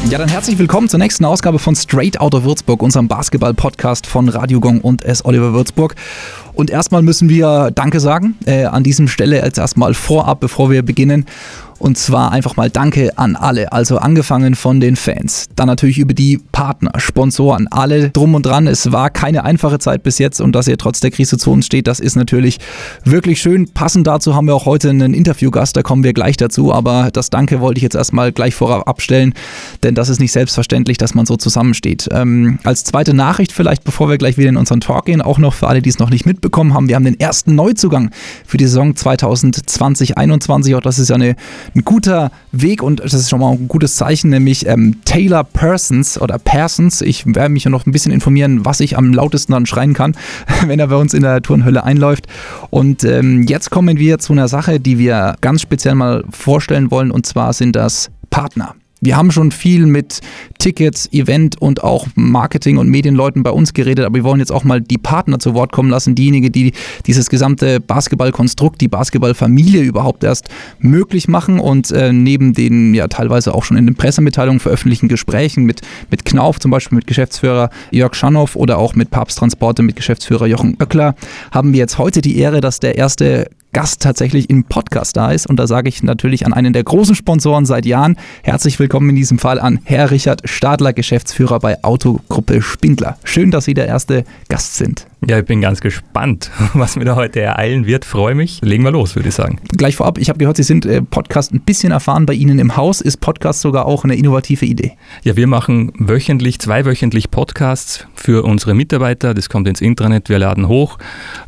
Ja, dann herzlich willkommen zur nächsten Ausgabe von Straight Outta Würzburg, unserem Basketball-Podcast von Radio Gong und S. Oliver Würzburg. Und erstmal müssen wir Danke sagen, an diesem Stelle jetzt erstmal vorab, bevor wir beginnen. Und zwar einfach mal Danke an alle, also angefangen von den Fans, dann natürlich über die Partner, Sponsoren, alle drum und dran. Es war keine einfache Zeit bis jetzt und dass ihr trotz der Krise zu uns steht, das ist natürlich wirklich schön. Passend dazu haben wir auch heute einen Interviewgast, da kommen wir gleich dazu, aber das Danke wollte ich jetzt erstmal gleich vorab abstellen, denn das ist nicht selbstverständlich, dass man so zusammensteht. Als zweite Nachricht vielleicht, bevor wir gleich wieder in unseren Talk gehen, auch noch für alle, die es noch nicht mitbekommen haben, wir haben den ersten Neuzugang für die Saison 2020-21, auch das ist ja ein guter Weg und das ist schon mal ein gutes Zeichen, nämlich Taylor Parsons. Ich werde mich ja noch ein bisschen informieren, was ich am lautesten dann schreien kann, wenn er bei uns in der Turnhölle einläuft. Und jetzt kommen wir zu einer Sache, die wir ganz speziell mal vorstellen wollen, und zwar sind das Partner. Wir haben schon viel mit Tickets, Event und auch Marketing- und Medienleuten bei uns geredet, aber wir wollen jetzt auch mal die Partner zu Wort kommen lassen, diejenigen, die dieses gesamte Basketballkonstrukt, die Basketballfamilie überhaupt erst möglich machen und neben den ja teilweise auch schon in den Pressemitteilungen veröffentlichten Gesprächen mit Knauf, zum Beispiel mit Geschäftsführer Jörg Schanhoff oder auch mit Papst-Transporte mit Geschäftsführer Jochen Oeckler, haben wir jetzt heute die Ehre, dass der erste Gast tatsächlich im Podcast da ist. Und da sage ich natürlich an einen der großen Sponsoren seit Jahren, herzlich willkommen in diesem Fall an Herr Richard Stadler, Geschäftsführer bei Autogruppe Spindler. Schön, dass Sie der erste Gast sind. Ja, ich bin ganz gespannt, was mir da heute ereilen wird. Freue mich. Legen wir los, würde ich sagen. Gleich vorab, ich habe gehört, Sie sind Podcast ein bisschen erfahren bei Ihnen im Haus. Ist Podcast sogar auch eine innovative Idee? Ja, wir machen zweiwöchentlich Podcasts für unsere Mitarbeiter. Das kommt ins Intranet, wir laden hoch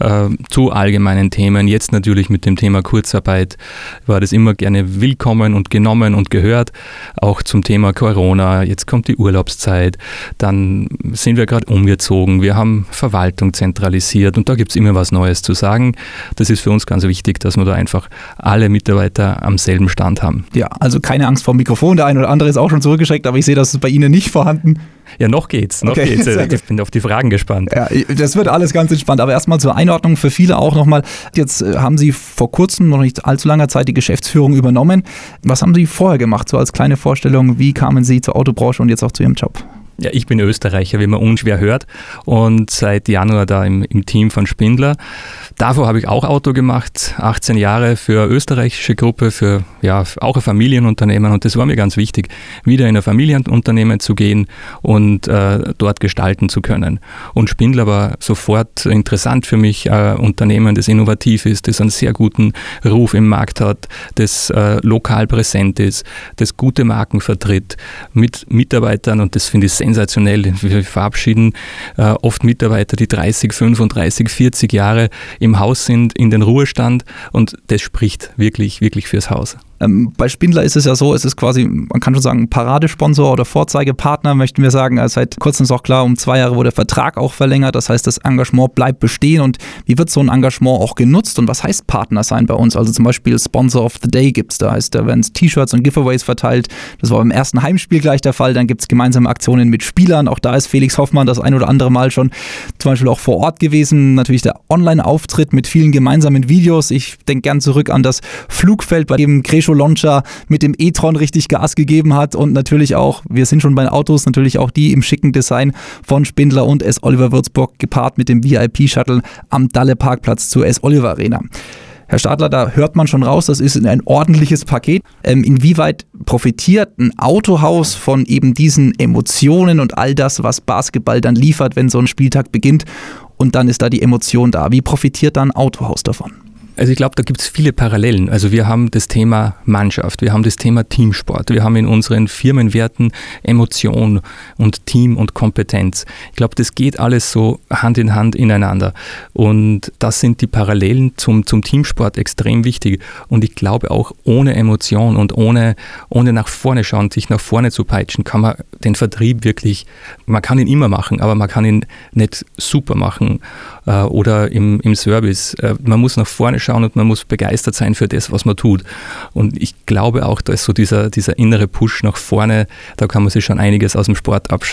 zu allgemeinen Themen. Jetzt natürlich mit dem Thema Kurzarbeit war das immer gerne willkommen und genommen und gehört. Auch zum Thema Corona, jetzt kommt die Urlaubszeit, dann sind wir gerade umgezogen, wir haben Verwaltung zentralisiert und da gibt es immer was Neues zu sagen. Das ist für uns ganz wichtig, dass wir da einfach alle Mitarbeiter am selben Stand haben. Ja, also keine Angst vor dem Mikrofon, der eine oder andere ist auch schon zurückgeschreckt, aber ich sehe, das ist bei Ihnen nicht vorhanden. Ja, noch geht's. Ich bin auf die Fragen gespannt. Ja, das wird alles ganz entspannt, aber erstmal zur Einordnung für viele auch nochmal. Jetzt haben Sie vor kurzem, noch nicht allzu langer Zeit, die Geschäftsführung übernommen. Was haben Sie vorher gemacht, so als kleine Vorstellung? Wie kamen Sie zur Autobranche und jetzt auch zu Ihrem Job? Ja, ich bin Österreicher, wie man unschwer hört, und seit Januar da im Team von Spindler. Davor habe ich auch Auto gemacht, 18 Jahre für eine österreichische Gruppe, für auch ein Familienunternehmen, und das war mir ganz wichtig, wieder in ein Familienunternehmen zu gehen und dort gestalten zu können. Und Spindler war sofort interessant für mich, ein Unternehmen, das innovativ ist, das einen sehr guten Ruf im Markt hat, das lokal präsent ist, das gute Marken vertritt, mit Mitarbeitern, und das finde ich sensationell. Wir verabschieden oft Mitarbeiter, die 30, 35, 40 Jahre im Haus sind, in den Ruhestand, und das spricht wirklich, wirklich fürs Haus. Bei Spindler ist es ja so, es ist quasi, man kann schon sagen, ein Paradesponsor oder Vorzeigepartner, möchten wir sagen. Seit kurzem ist auch klar, um 2 Jahre wurde der Vertrag auch verlängert. Das heißt, das Engagement bleibt bestehen. Und wie wird so ein Engagement auch genutzt und was heißt Partner sein bei uns? Also zum Beispiel Sponsor of the Day gibt es. Da werden T-Shirts und Giveaways verteilt. Das war beim ersten Heimspiel gleich der Fall. Dann gibt es gemeinsame Aktionen mit Spielern. Auch da ist Felix Hoffmann das ein oder andere Mal schon zum Beispiel auch vor Ort gewesen. Natürlich der Online-Auftritt mit vielen gemeinsamen Videos. Ich denke gern zurück an das Flugfeld, bei dem Gresho Launcher mit dem e-tron richtig Gas gegeben hat, und natürlich auch, wir sind schon bei den Autos, natürlich auch die im schicken Design von Spindler und S. Oliver Würzburg, gepaart mit dem VIP-Shuttle am Dalle-Parkplatz zur S. Oliver Arena. Herr Stadler, da hört man schon raus, das ist ein ordentliches Paket. Inwieweit profitiert ein Autohaus von eben diesen Emotionen und all das, was Basketball dann liefert, wenn so ein Spieltag beginnt und dann ist da die Emotion da? Wie profitiert da ein Autohaus davon? Also ich glaube, da gibt es viele Parallelen. Also wir haben das Thema Mannschaft, wir haben das Thema Teamsport, wir haben in unseren Firmenwerten Emotion und Team und Kompetenz. Ich glaube, das geht alles so Hand in Hand ineinander. Und das sind die Parallelen zum Teamsport extrem wichtig. Und ich glaube auch, ohne Emotion und ohne nach vorne schauen, sich nach vorne zu peitschen, kann man den Vertrieb wirklich, man kann ihn immer machen, aber man kann ihn nicht super machen oder im Service. Man muss nach vorne schauen und man muss begeistert sein für das, was man tut. Und ich glaube auch, da ist so dieser innere Push nach vorne, da kann man sich schon einiges aus dem Sport abschauen.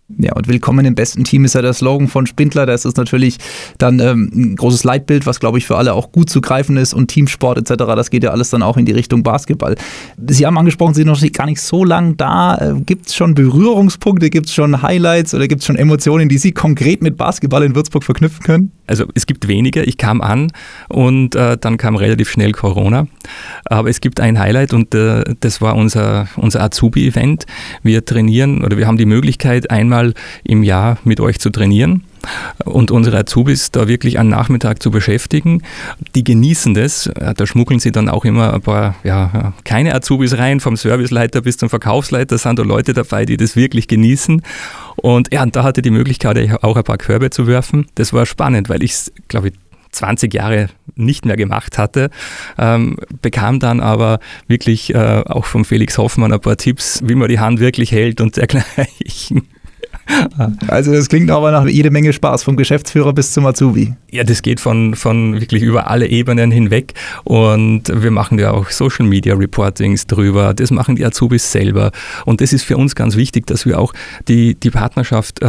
Ja, und willkommen im besten Team ist ja der Slogan von Spindler. Das ist natürlich dann ein großes Leitbild, was, glaube ich, für alle auch gut zu greifen ist. Und Teamsport etc., das geht ja alles dann auch in die Richtung Basketball. Sie haben angesprochen, Sie sind noch gar nicht so lang da. Gibt es schon Berührungspunkte, gibt es schon Highlights oder gibt es schon Emotionen, die Sie konkret mit Basketball in Würzburg verknüpfen können? Also es gibt wenige. Ich kam an und dann kam relativ schnell Corona. Aber es gibt ein Highlight und das war unser Azubi-Event. Wir trainieren oder wir haben die Möglichkeit, einmal im Jahr mit euch zu trainieren und unsere Azubis da wirklich einen Nachmittag zu beschäftigen. Die genießen das. Da schmuggeln sie dann auch immer ein paar, keine Azubis rein, vom Serviceleiter bis zum Verkaufsleiter sind da Leute dabei, die das wirklich genießen. Und da hatte die Möglichkeit, auch ein paar Körbe zu werfen. Das war spannend, weil ich es, glaube ich, 20 Jahre nicht mehr gemacht hatte, bekam dann aber wirklich auch von Felix Hoffmann ein paar Tipps, wie man die Hand wirklich hält und dergleichen. Also das klingt aber nach jede Menge Spaß, vom Geschäftsführer bis zum Azubi. Ja, das geht von wirklich über alle Ebenen hinweg und wir machen ja auch Social Media Reportings drüber, das machen die Azubis selber und das ist für uns ganz wichtig, dass wir auch die Partnerschaft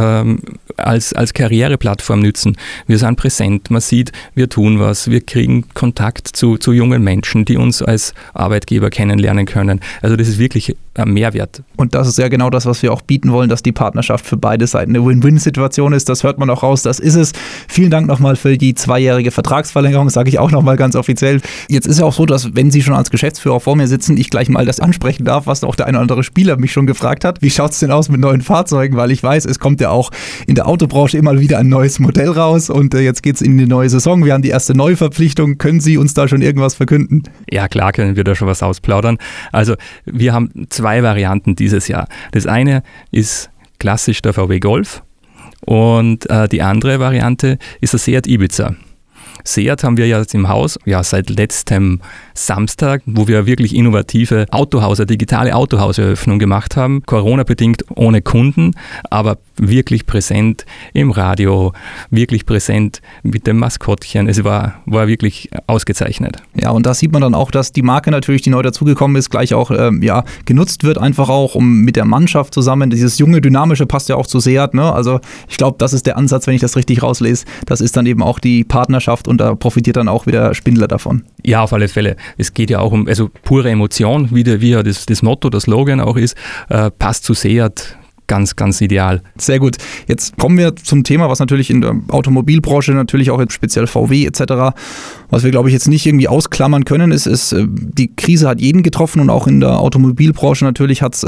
als Karriereplattform nützen. Wir sind präsent, man sieht, wir tun was, wir kriegen Kontakt zu jungen Menschen, die uns als Arbeitgeber kennenlernen können. Also das ist wirklich ein Mehrwert. Und das ist ja genau das, was wir auch bieten wollen, dass die Partnerschaft für beide Seiten eine Win-Win-Situation ist. Das hört man auch raus, das ist es. Vielen Dank nochmal für die 2-jährige Vertragsverlängerung, sage ich auch nochmal ganz offiziell. Jetzt ist ja auch so, dass wenn Sie schon als Geschäftsführer vor mir sitzen, ich gleich mal das ansprechen darf, was auch der eine oder andere Spieler mich schon gefragt hat. Wie schaut es denn aus mit neuen Fahrzeugen? Weil ich weiß, es kommt ja auch in der Autobranche immer wieder ein neues Modell raus und jetzt geht es in die neue Saison. Wir haben die erste Neuverpflichtung. Können Sie uns da schon irgendwas verkünden? Ja, klar können wir da schon was ausplaudern. Also wir haben 2 Varianten dieses Jahr. Das eine ist klassisch der VW Golf und die andere Variante ist der Seat Ibiza. Seat haben wir ja jetzt im Haus, seit letztem Samstag, wo wir wirklich innovative digitale Autohauseröffnung gemacht haben. Corona-bedingt ohne Kunden, aber wirklich präsent im Radio, wirklich präsent mit dem Maskottchen. Es war wirklich ausgezeichnet. Ja, und da sieht man dann auch, dass die Marke natürlich, die neu dazugekommen ist, gleich auch genutzt wird, einfach auch um mit der Mannschaft zusammen. Dieses junge, dynamische passt ja auch zu Seat, ne? Also ich glaube, das ist der Ansatz, wenn ich das richtig rauslese. Das ist dann eben auch die Partnerschaft und da profitiert dann auch wieder Spindler davon. Ja, auf alle Fälle. Es geht ja auch um pure Emotion, wie ja das Motto, das Slogan auch ist, passt zu Seat. Ganz, ganz ideal. Sehr gut. Jetzt kommen wir zum Thema, was natürlich in der Automobilbranche, natürlich auch speziell VW etc., was wir, glaube ich, jetzt nicht irgendwie ausklammern können, ist, die Krise hat jeden getroffen und auch in der Automobilbranche natürlich hat es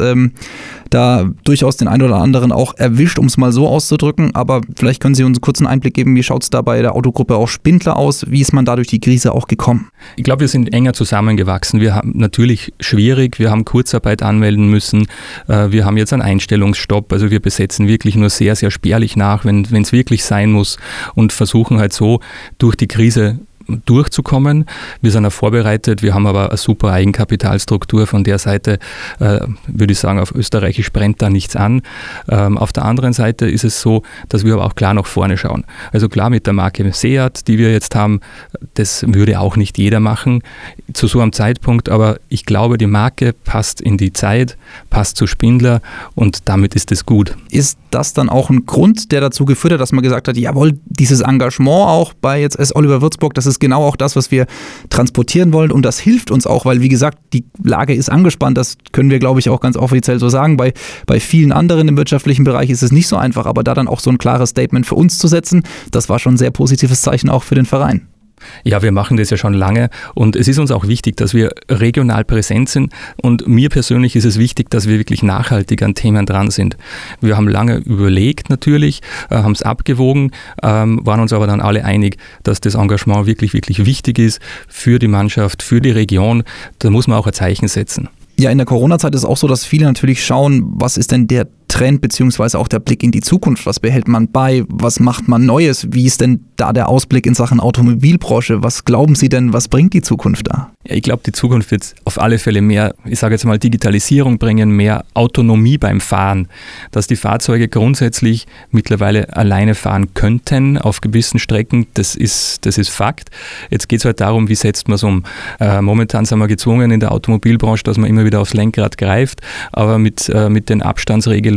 da durchaus den einen oder anderen auch erwischt, um es mal so auszudrücken. Aber vielleicht können Sie uns einen kurzen Einblick geben, wie schaut es da bei der Autogruppe auch Spindler aus? Wie ist man da durch die Krise auch gekommen? Ich glaube, wir sind enger zusammengewachsen. Wir haben natürlich schwierig, wir haben Kurzarbeit anmelden müssen, wir haben jetzt einen Einstellungsstopp, also wir besetzen wirklich nur sehr, sehr spärlich nach, wenn es wirklich sein muss und versuchen halt so durch die Krise durchzukommen. Wir sind auch vorbereitet, wir haben aber eine super Eigenkapitalstruktur. Von der Seite würde ich sagen, auf Österreichisch brennt da nichts an. Auf der anderen Seite ist es so, dass wir aber auch klar nach vorne schauen. Also klar mit der Marke Seat, die wir jetzt haben, das würde auch nicht jeder machen zu so einem Zeitpunkt, aber ich glaube, die Marke passt in die Zeit, passt zu Spindler und damit ist es gut. Ist das dann auch ein Grund, der dazu geführt hat, dass man gesagt hat, jawohl, dieses Engagement auch bei jetzt S. Oliver Würzburg, das ist genau auch das, was wir transportieren wollen und das hilft uns auch, weil wie gesagt, die Lage ist angespannt, das können wir, glaube ich, auch ganz offiziell so sagen. Bei vielen anderen im wirtschaftlichen Bereich ist es nicht so einfach, aber da dann auch so ein klares Statement für uns zu setzen, das war schon ein sehr positives Zeichen auch für den Verein. Ja, wir machen das ja schon lange und es ist uns auch wichtig, dass wir regional präsent sind und mir persönlich ist es wichtig, dass wir wirklich nachhaltig an Themen dran sind. Wir haben lange überlegt natürlich, haben es abgewogen, waren uns aber dann alle einig, dass das Engagement wirklich, wirklich wichtig ist für die Mannschaft, für die Region. Da muss man auch ein Zeichen setzen. Ja, in der Corona-Zeit ist es auch so, dass viele natürlich schauen, was ist denn der Trend beziehungsweise auch der Blick in die Zukunft, was behält man bei, was macht man Neues, wie ist denn da der Ausblick in Sachen Automobilbranche, was glauben Sie denn, was bringt die Zukunft da? Ja, ich glaube, die Zukunft wird auf alle Fälle mehr, ich sage jetzt mal Digitalisierung bringen, mehr Autonomie beim Fahren, dass die Fahrzeuge grundsätzlich mittlerweile alleine fahren könnten auf gewissen Strecken, das ist Fakt. Jetzt geht es halt darum, wie setzt man es um. Momentan sind wir gezwungen in der Automobilbranche, dass man immer wieder aufs Lenkrad greift, aber mit den Abstandsregelungen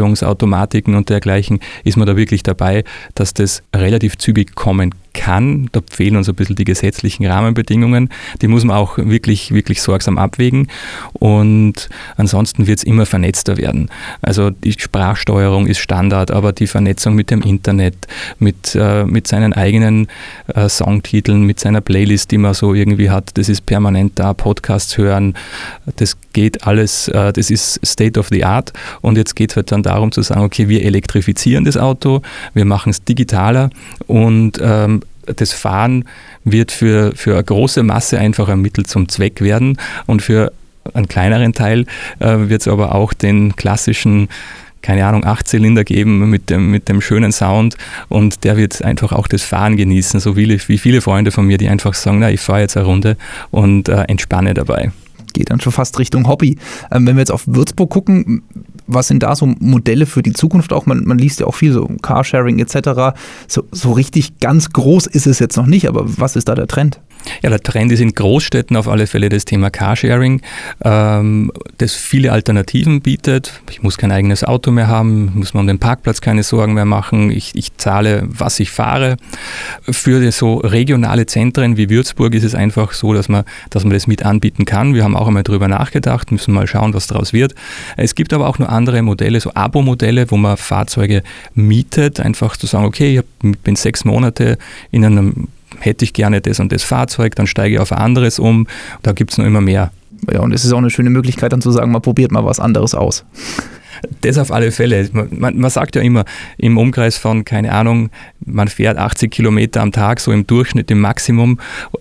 Beschleunigungsautomatiken und dergleichen, ist man da wirklich dabei, dass das relativ zügig kommen kann. Da fehlen uns ein bisschen die gesetzlichen Rahmenbedingungen. Die muss man auch wirklich, wirklich sorgsam abwägen. Und ansonsten wird es immer vernetzter werden. Also die Sprachsteuerung ist Standard, aber die Vernetzung mit dem Internet, mit seinen eigenen Songtiteln, mit seiner Playlist, die man so irgendwie hat, das ist permanent da, Podcasts hören, das geht alles, das ist State of the Art. Und jetzt geht es halt dann darum zu sagen, okay, wir elektrifizieren das Auto, wir machen es digitaler und das Fahren wird für eine große Masse einfach ein Mittel zum Zweck werden und für einen kleineren Teil wird es aber auch den klassischen, keine Ahnung, 8-Zylinder geben mit dem schönen Sound und der wird einfach auch das Fahren genießen, so wie viele Freunde von mir, die einfach sagen, na, ich fahre jetzt eine Runde und entspanne dabei. Geht dann schon fast Richtung Hobby. Wenn wir jetzt auf Würzburg gucken, was sind da so Modelle für die Zukunft auch? Man liest ja auch viel so Carsharing etc. So richtig ganz groß ist es jetzt noch nicht, aber was ist da der Trend? Ja, der Trend ist in Großstädten auf alle Fälle das Thema Carsharing, das viele Alternativen bietet. Ich muss kein eigenes Auto mehr haben, muss mir um den Parkplatz keine Sorgen mehr machen. Ich zahle, was ich fahre. Für so regionale Zentren wie Würzburg ist es einfach so, dass man das mit anbieten kann. Wir haben auch einmal drüber nachgedacht, müssen mal schauen, was daraus wird. Es gibt aber auch noch andere Modelle, so Abo-Modelle, wo man Fahrzeuge mietet, einfach zu sagen, okay, ich bin 6 Monate in einem hätte ich gerne das und das Fahrzeug, dann steige ich auf ein anderes um, da gibt es noch immer mehr. Ja, und es ist auch eine schöne Möglichkeit dann zu sagen, man probiert mal was anderes aus. Das auf alle Fälle. Man sagt ja immer, im Umkreis von, keine Ahnung, man fährt 80 Kilometer am Tag, so im Durchschnitt, im Maximum,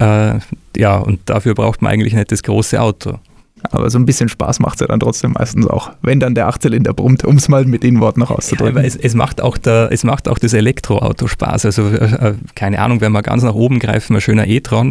und dafür braucht man eigentlich nicht das große Auto. Aber so ein bisschen Spaß macht es ja dann trotzdem meistens auch, wenn dann der 8-Zylinder brummt, um es mal mit den Worten noch auszudrücken. Ja, es macht auch das Elektroauto Spaß. Also keine Ahnung, wenn wir ganz nach oben greifen, ein schöner e-tron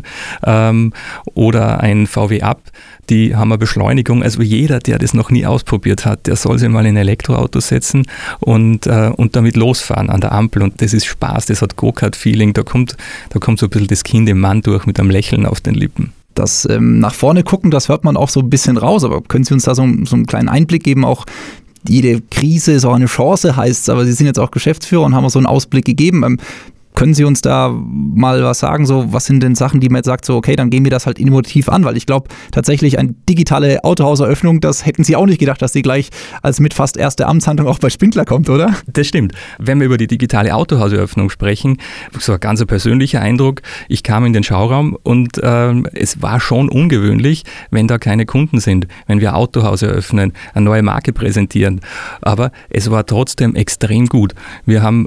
oder ein VW Up, die haben eine Beschleunigung. Also jeder, der das noch nie ausprobiert hat, der soll sich mal in ein Elektroauto setzen und damit losfahren an der Ampel. Und das ist Spaß, das hat Go-Kart-Feeling. Da kommt so ein bisschen das Kind im Mann durch mit einem Lächeln auf den Lippen. Das nach vorne gucken, das hört man auch so ein bisschen raus, aber können Sie uns da so einen kleinen Einblick geben, auch jede Krise ist auch eine Chance, heißt es, aber Sie sind jetzt auch Geschäftsführer und haben auch so einen Ausblick gegeben. Können Sie uns da mal was sagen, so was sind denn Sachen, die man jetzt sagt, so okay, dann gehen wir das halt innovativ an, weil ich glaube tatsächlich eine digitale Autohauseröffnung, das hätten Sie auch nicht gedacht, dass die gleich als mit fast erste Amtshandlung auch bei Spindler kommt, oder? Das stimmt. Wenn wir über die digitale Autohauseröffnung sprechen, so ein ganz persönlicher Eindruck, ich kam in den Schauraum und es war schon ungewöhnlich, wenn da keine Kunden sind, wenn wir Autohaus eröffnen, eine neue Marke präsentieren, aber es war trotzdem extrem gut. Wir haben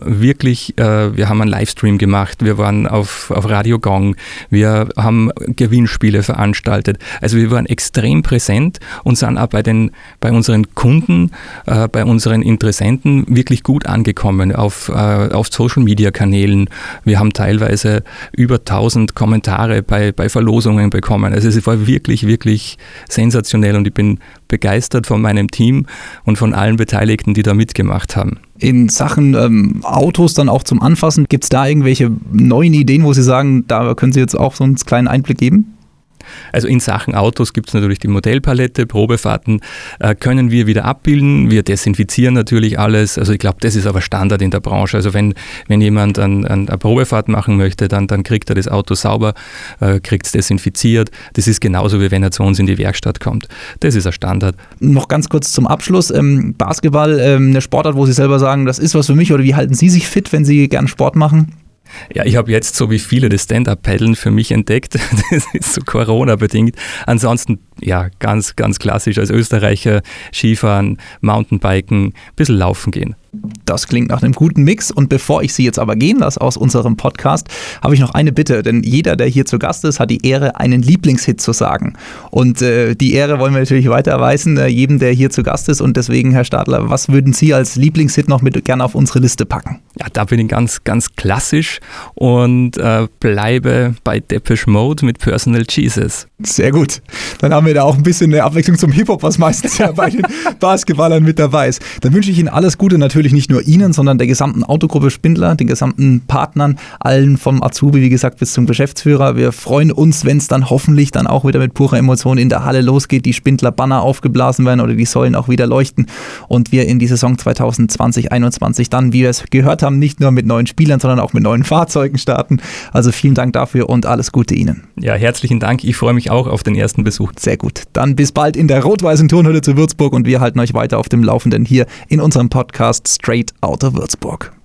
einen Livestream gemacht, wir waren auf Radio Gong, wir haben Gewinnspiele veranstaltet. Also wir waren extrem präsent und sind auch bei unseren Kunden, bei unseren Interessenten wirklich gut angekommen auf Social-Media-Kanälen. Wir haben teilweise über 1000 Kommentare bei Verlosungen bekommen. Also es war wirklich, wirklich sensationell und ich bin begeistert von meinem Team und von allen Beteiligten, die da mitgemacht haben. In Sachen Autos dann auch zum Anfassen, gibt es da irgendwelche neuen Ideen, wo Sie sagen, da können Sie jetzt auch so einen kleinen Einblick geben? Also in Sachen Autos gibt es natürlich die Modellpalette, Probefahrten können wir wieder abbilden. Wir desinfizieren natürlich alles. Also ich glaube, das ist aber Standard in der Branche. Also wenn jemand eine Probefahrt machen möchte, dann kriegt er das Auto sauber, kriegt es desinfiziert. Das ist genauso, wie wenn er zu uns in die Werkstatt kommt. Das ist ein Standard. Noch ganz kurz zum Abschluss. Basketball, eine Sportart, wo Sie selber sagen, das ist was für mich, oder wie halten Sie sich fit, wenn Sie gern Sport machen? Ja, ich habe jetzt, so wie viele, das Stand-Up-Paddeln für mich entdeckt. Das ist so Corona-bedingt. Ansonsten, ja, ganz, ganz klassisch als Österreicher Skifahren, Mountainbiken, ein bisschen laufen gehen. Das klingt nach einem guten Mix. Und bevor ich Sie jetzt aber gehen lasse aus unserem Podcast, habe ich noch eine Bitte. Denn jeder, der hier zu Gast ist, hat die Ehre, einen Lieblingshit zu sagen. Und die Ehre wollen wir natürlich weiter erweisen, jedem, der hier zu Gast ist. Und deswegen, Herr Stadler, was würden Sie als Lieblingshit noch mit gerne auf unsere Liste packen? Ja, da bin ich ganz, ganz klassisch und bleibe bei Depeche Mode mit Personal Jesus. Sehr gut. Dann haben haben wir da auch ein bisschen eine Abwechslung zum Hip-Hop, was meistens ja bei den Basketballern mit dabei ist. Dann wünsche ich Ihnen alles Gute, natürlich nicht nur Ihnen, sondern der gesamten Autogruppe Spindler, den gesamten Partnern, allen vom Azubi, wie gesagt, bis zum Geschäftsführer. Wir freuen uns, wenn es dann hoffentlich dann auch wieder mit purer Emotion in der Halle losgeht, die Spindler-Banner aufgeblasen werden oder die Säulen auch wieder leuchten und wir in die Saison 2020-21 dann, wie wir es gehört haben, nicht nur mit neuen Spielern, sondern auch mit neuen Fahrzeugen starten. Also vielen Dank dafür und alles Gute Ihnen. Ja, herzlichen Dank. Ich freue mich auch auf den ersten Besuch. Sehr gut. Dann bis bald in der rot-weißen Turnhalle zu Würzburg und wir halten euch weiter auf dem Laufenden hier in unserem Podcast Straight Outta Würzburg.